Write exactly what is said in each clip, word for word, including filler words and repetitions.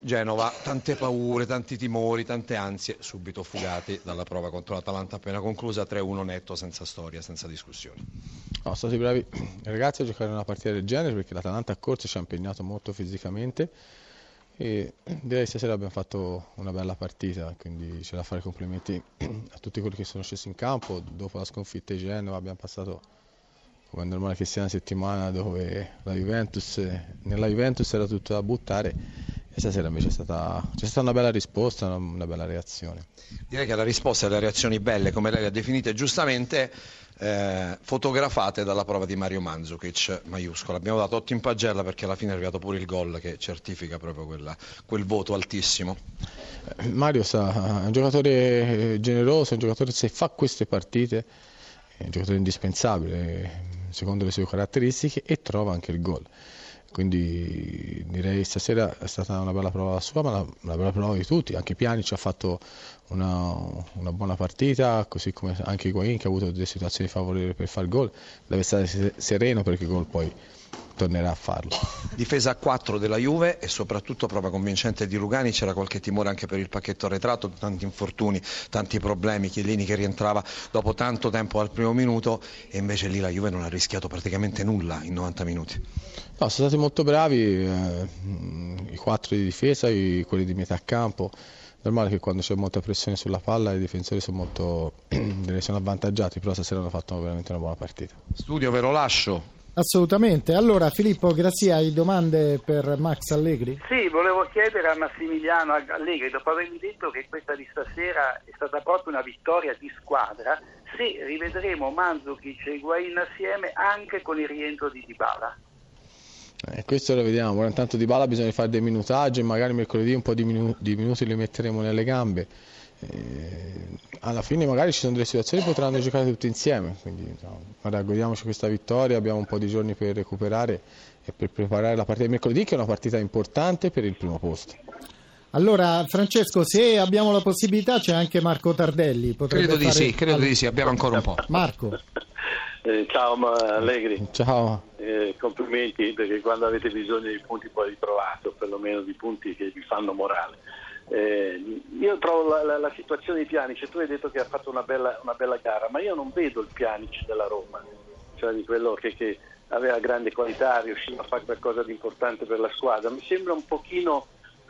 Genova, tante paure, tanti timori, tante ansie, subito fugati dalla prova contro l'Atalanta appena conclusa, tre uno netto, senza storia, senza discussioni. No, sono stati bravi i ragazzi a giocare una partita del genere, perché l'Atalanta a corso ci ha impegnato molto fisicamente e direi che stasera abbiamo fatto una bella partita, quindi c'è da fare complimenti a tutti quelli che sono scesi in campo. Dopo la sconfitta di Genova abbiamo passato, come è normale che sia, una settimana dove la Juventus, nella Juventus era tutto da buttare. E stasera invece è stata, c'è stata una bella risposta, una, una bella reazione. Direi che la risposta e le reazioni belle, come lei le ha definite giustamente, eh, fotografate dalla prova di Mario Mandzukic, maiuscola. Abbiamo dato otto in pagella perché alla fine è arrivato pure il gol che certifica proprio quella, quel voto altissimo. Mario sa, è un giocatore generoso, è un giocatore, se fa queste partite, è un giocatore indispensabile secondo le sue caratteristiche e trova anche il gol. Quindi direi che stasera è stata una bella prova la sua, ma una, una bella prova di tutti. Anche Pjanic ha fatto una, una buona partita, così come anche Higuaín, che ha avuto delle situazioni favorevoli per fare il gol. Deve stare sereno perché il gol poi tornerà a farlo. Difesa a quattro della Juve e soprattutto prova convincente di Rugani. C'era qualche timore anche per il pacchetto arretrato, tanti infortuni, tanti problemi, Chiellini che rientrava dopo tanto tempo al primo minuto, e invece lì la Juve non ha rischiato praticamente nulla in novanta minuti. No, sono stati molto bravi eh, i quattro di difesa, i, quelli di metà campo. Normale che quando c'è molta pressione sulla palla i difensori sono molto sono avvantaggiati, però stasera hanno fatto veramente una buona partita. Studio, ve lo lascio. Assolutamente. Allora Filippo, grazie. Hai domande per Max Allegri? Sì, volevo chiedere a Massimiliano Allegri, dopo avermi detto che questa di stasera è stata proprio una vittoria di squadra, se rivedremo Mandzukic e Higuaín assieme anche con il rientro di Dybala. Eh, questo lo vediamo. Ora intanto Dybala bisogna fare dei minutaggi e magari mercoledì un po' di, minu- di minuti li metteremo nelle gambe. Eh, alla fine magari ci sono delle situazioni che potranno giocare tutti insieme, quindi no, guarda, godiamoci questa vittoria, abbiamo un po' di giorni per recuperare e per preparare la partita di mercoledì, che è una partita importante per il primo posto. Allora Francesco, se abbiamo la possibilità c'è anche Marco Tardelli. Credo di fare... sì, credo di sì, abbiamo ancora un po'. Marco. Eh, ciao Allegri. Ciao. Eh, complimenti, perché quando avete bisogno di punti poi li trovate, o perlomeno di punti che vi fanno morale. Eh, io trovo la, la, la situazione di Pjanic, tu hai detto che ha fatto una bella, una bella gara, ma io non vedo il Pjanic della Roma, cioè di quello che, che aveva grande qualità, riusciva a fare qualcosa di importante per la squadra. Mi sembra un pochino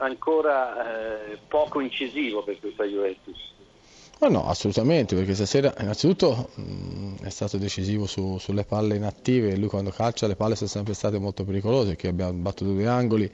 ancora eh, poco incisivo per questa Juventus. No, no, assolutamente, perché stasera innanzitutto mh, è stato decisivo su, sulle palle inattive. Lui quando calcia le palle sono sempre state molto pericolose, che abbiamo battuto due angoli.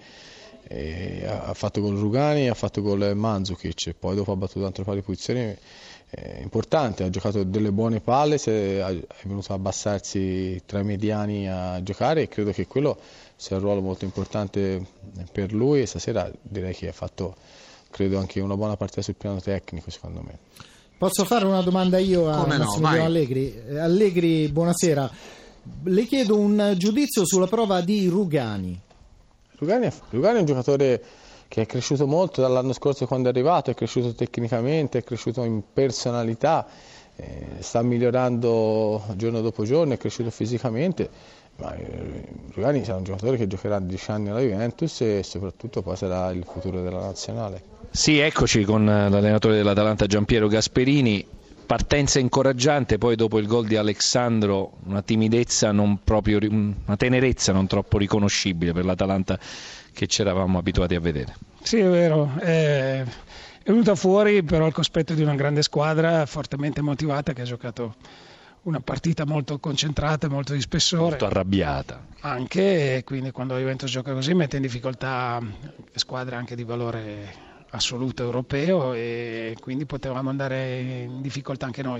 E ha fatto gol Rugani, ha fatto gol Mandzukic e poi dopo ha battuto altre palle di posizioni eh, importanti, ha giocato delle buone palle, se, è venuto a abbassarsi tra i mediani a giocare e credo che quello sia un ruolo molto importante per lui, e stasera direi che ha fatto credo anche una buona partita sul piano tecnico, secondo me. Posso fare una domanda io a Come no, Massimiliano Allegri? Allegri, buonasera, le chiedo un giudizio sulla prova di Rugani. Rugani, Rugani è un giocatore che è cresciuto molto dall'anno scorso quando è arrivato, è cresciuto tecnicamente, è cresciuto in personalità, eh, sta migliorando giorno dopo giorno, è cresciuto fisicamente, ma eh, Rugani sarà un giocatore che giocherà dieci anni alla Juventus e soprattutto poi sarà il futuro della nazionale. Sì, eccoci con l'allenatore dell'Atalanta Giampiero Gasperini. Partenza incoraggiante, poi dopo il gol di Alexandro una timidezza non proprio, una tenerezza non troppo riconoscibile per l'Atalanta che ci eravamo abituati a vedere. Sì, è vero, è, è venuta fuori però al cospetto di una grande squadra fortemente motivata che ha giocato una partita molto concentrata, molto di spessore. Molto arrabbiata. Anche, e quindi quando la Juventus gioca così mette in difficoltà squadre anche di valore assoluto europeo e quindi potevamo andare in difficoltà anche noi.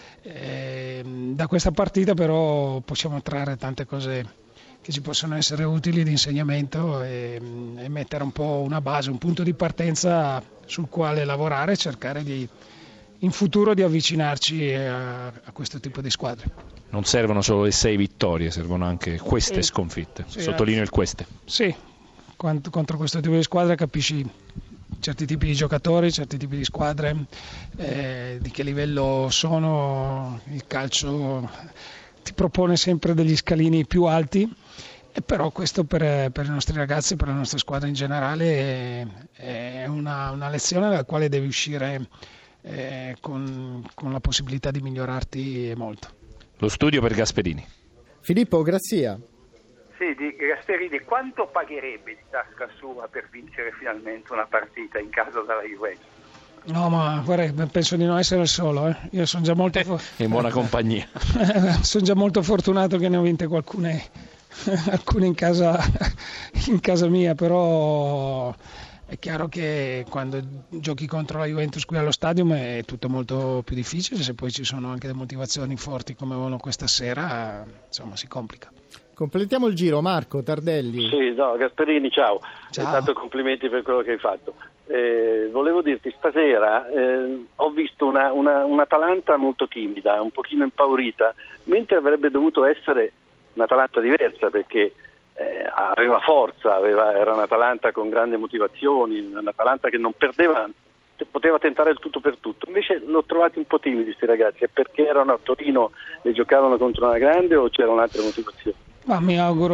E da questa partita però possiamo trarre tante cose che ci possono essere utili di insegnamento e, e mettere un po' una base, un punto di partenza sul quale lavorare e cercare di, in futuro di avvicinarci a, a questo tipo di squadre. Non servono solo le sei vittorie, servono anche queste sì, sconfitte, sì, sottolineo il queste. Sì, contro questo tipo di squadra capisci certi tipi di giocatori, certi tipi di squadre, eh, di che livello sono. Il calcio ti propone sempre degli scalini più alti E però questo per, per i nostri ragazzi, per la nostra squadra in generale è, è una, una lezione dalla quale devi uscire eh, con, con la possibilità di migliorarti molto. Lo studio per Gasperini. Filippo Grazia. Sì, di Gasperini, quanto pagherebbe di tasca sua per vincere finalmente una partita in casa dalla Juventus? No, ma guarda, penso di non essere il solo, eh. Io sono già molto fo- in buona compagnia. sono già molto fortunato che ne ho vinte qualcune, alcune in casa, in casa mia, però è chiaro che quando giochi contro la Juventus qui allo Stadium è tutto molto più difficile, se poi ci sono anche delle motivazioni forti come avevano questa sera, insomma si complica. Completiamo il giro, Marco Tardelli. Sì, no, Gasperini, ciao. Ciao. Intanto complimenti per quello che hai fatto. Eh, volevo dirti, stasera eh, ho visto una, una, un'Atalanta molto timida, un pochino impaurita, mentre avrebbe dovuto essere un'Atalanta diversa, perché eh, aveva forza, aveva, era un'Atalanta con grandi motivazioni, un'Atalanta che non perdeva, poteva tentare il tutto per tutto. Invece l'ho trovati un po' timidi questi ragazzi. È perché erano a Torino e giocavano contro una grande o c'era un'altra motivazione? Ma mi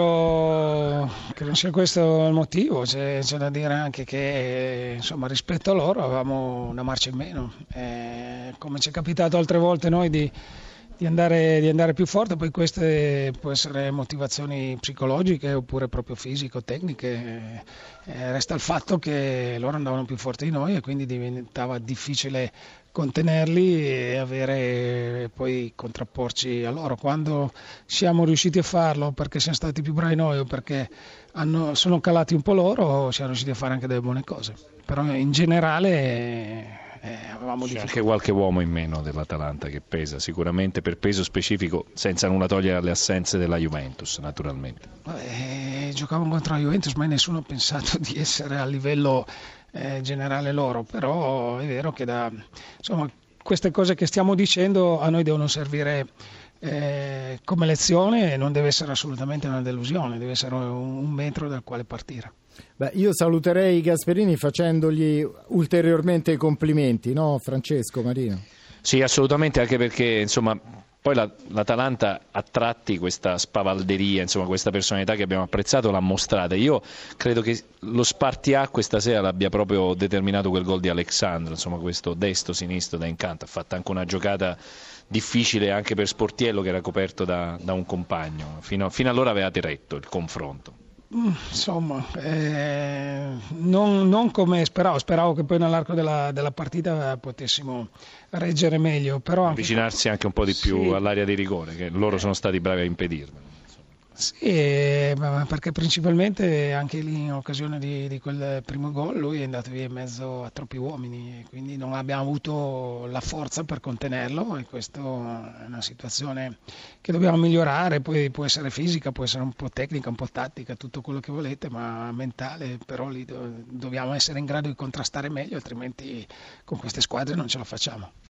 auguro che non sia questo il motivo, c'è, c'è da dire anche che insomma, rispetto a loro avevamo una marcia in meno, eh, come ci è capitato altre volte noi di, di, andare, di andare più forte, poi queste può essere motivazioni psicologiche oppure proprio fisico-tecniche, eh, resta il fatto che loro andavano più forti di noi e quindi diventava difficile contenerli e avere poi contrapporci a loro. Quando siamo riusciti a farlo perché siamo stati più bravi noi o perché hanno, sono calati un po' loro, siamo riusciti a fare anche delle buone cose, però in generale eh, avevamo C'è difficoltà. anche qualche uomo in meno dell'Atalanta che pesa sicuramente per peso specifico, senza nulla togliere alle assenze della Juventus naturalmente. Eh, giocavamo contro la Juventus, mai nessuno ha pensato di essere a livello Eh, generale loro, però è vero che da, insomma, queste cose che stiamo dicendo a noi devono servire eh, come lezione e non deve essere assolutamente una delusione, deve essere un, un metro dal quale partire. Beh, io saluterei Gasperini facendogli ulteriormente i complimenti, no Francesco Marino? Sì, assolutamente, anche perché insomma poi la, l'Atalanta a tratti questa spavalderia, insomma questa personalità che abbiamo apprezzato l'ha mostrata. Io credo che lo spartiacque stasera l'abbia proprio determinato quel gol di Alexandro, insomma questo destro-sinistro da incanto, ha fatto anche una giocata difficile anche per Sportiello che era coperto da, da un compagno, fino, fino allora avevate retto il confronto. Insomma, eh, non, non come speravo, speravo che poi nell'arco della, della partita potessimo reggere meglio, però anche avvicinarsi anche un po' di più sì, all'area di rigore, che loro sono stati bravi a impedirlo. Sì, perché principalmente anche lì in occasione di, di quel primo gol lui è andato via in mezzo a troppi uomini e quindi non abbiamo avuto la forza per contenerlo e questa è una situazione che dobbiamo migliorare, poi può essere fisica, può essere un po' tecnica, un po' tattica, tutto quello che volete, ma mentale, però lì do- dobbiamo essere in grado di contrastare meglio, altrimenti con queste squadre non ce la facciamo.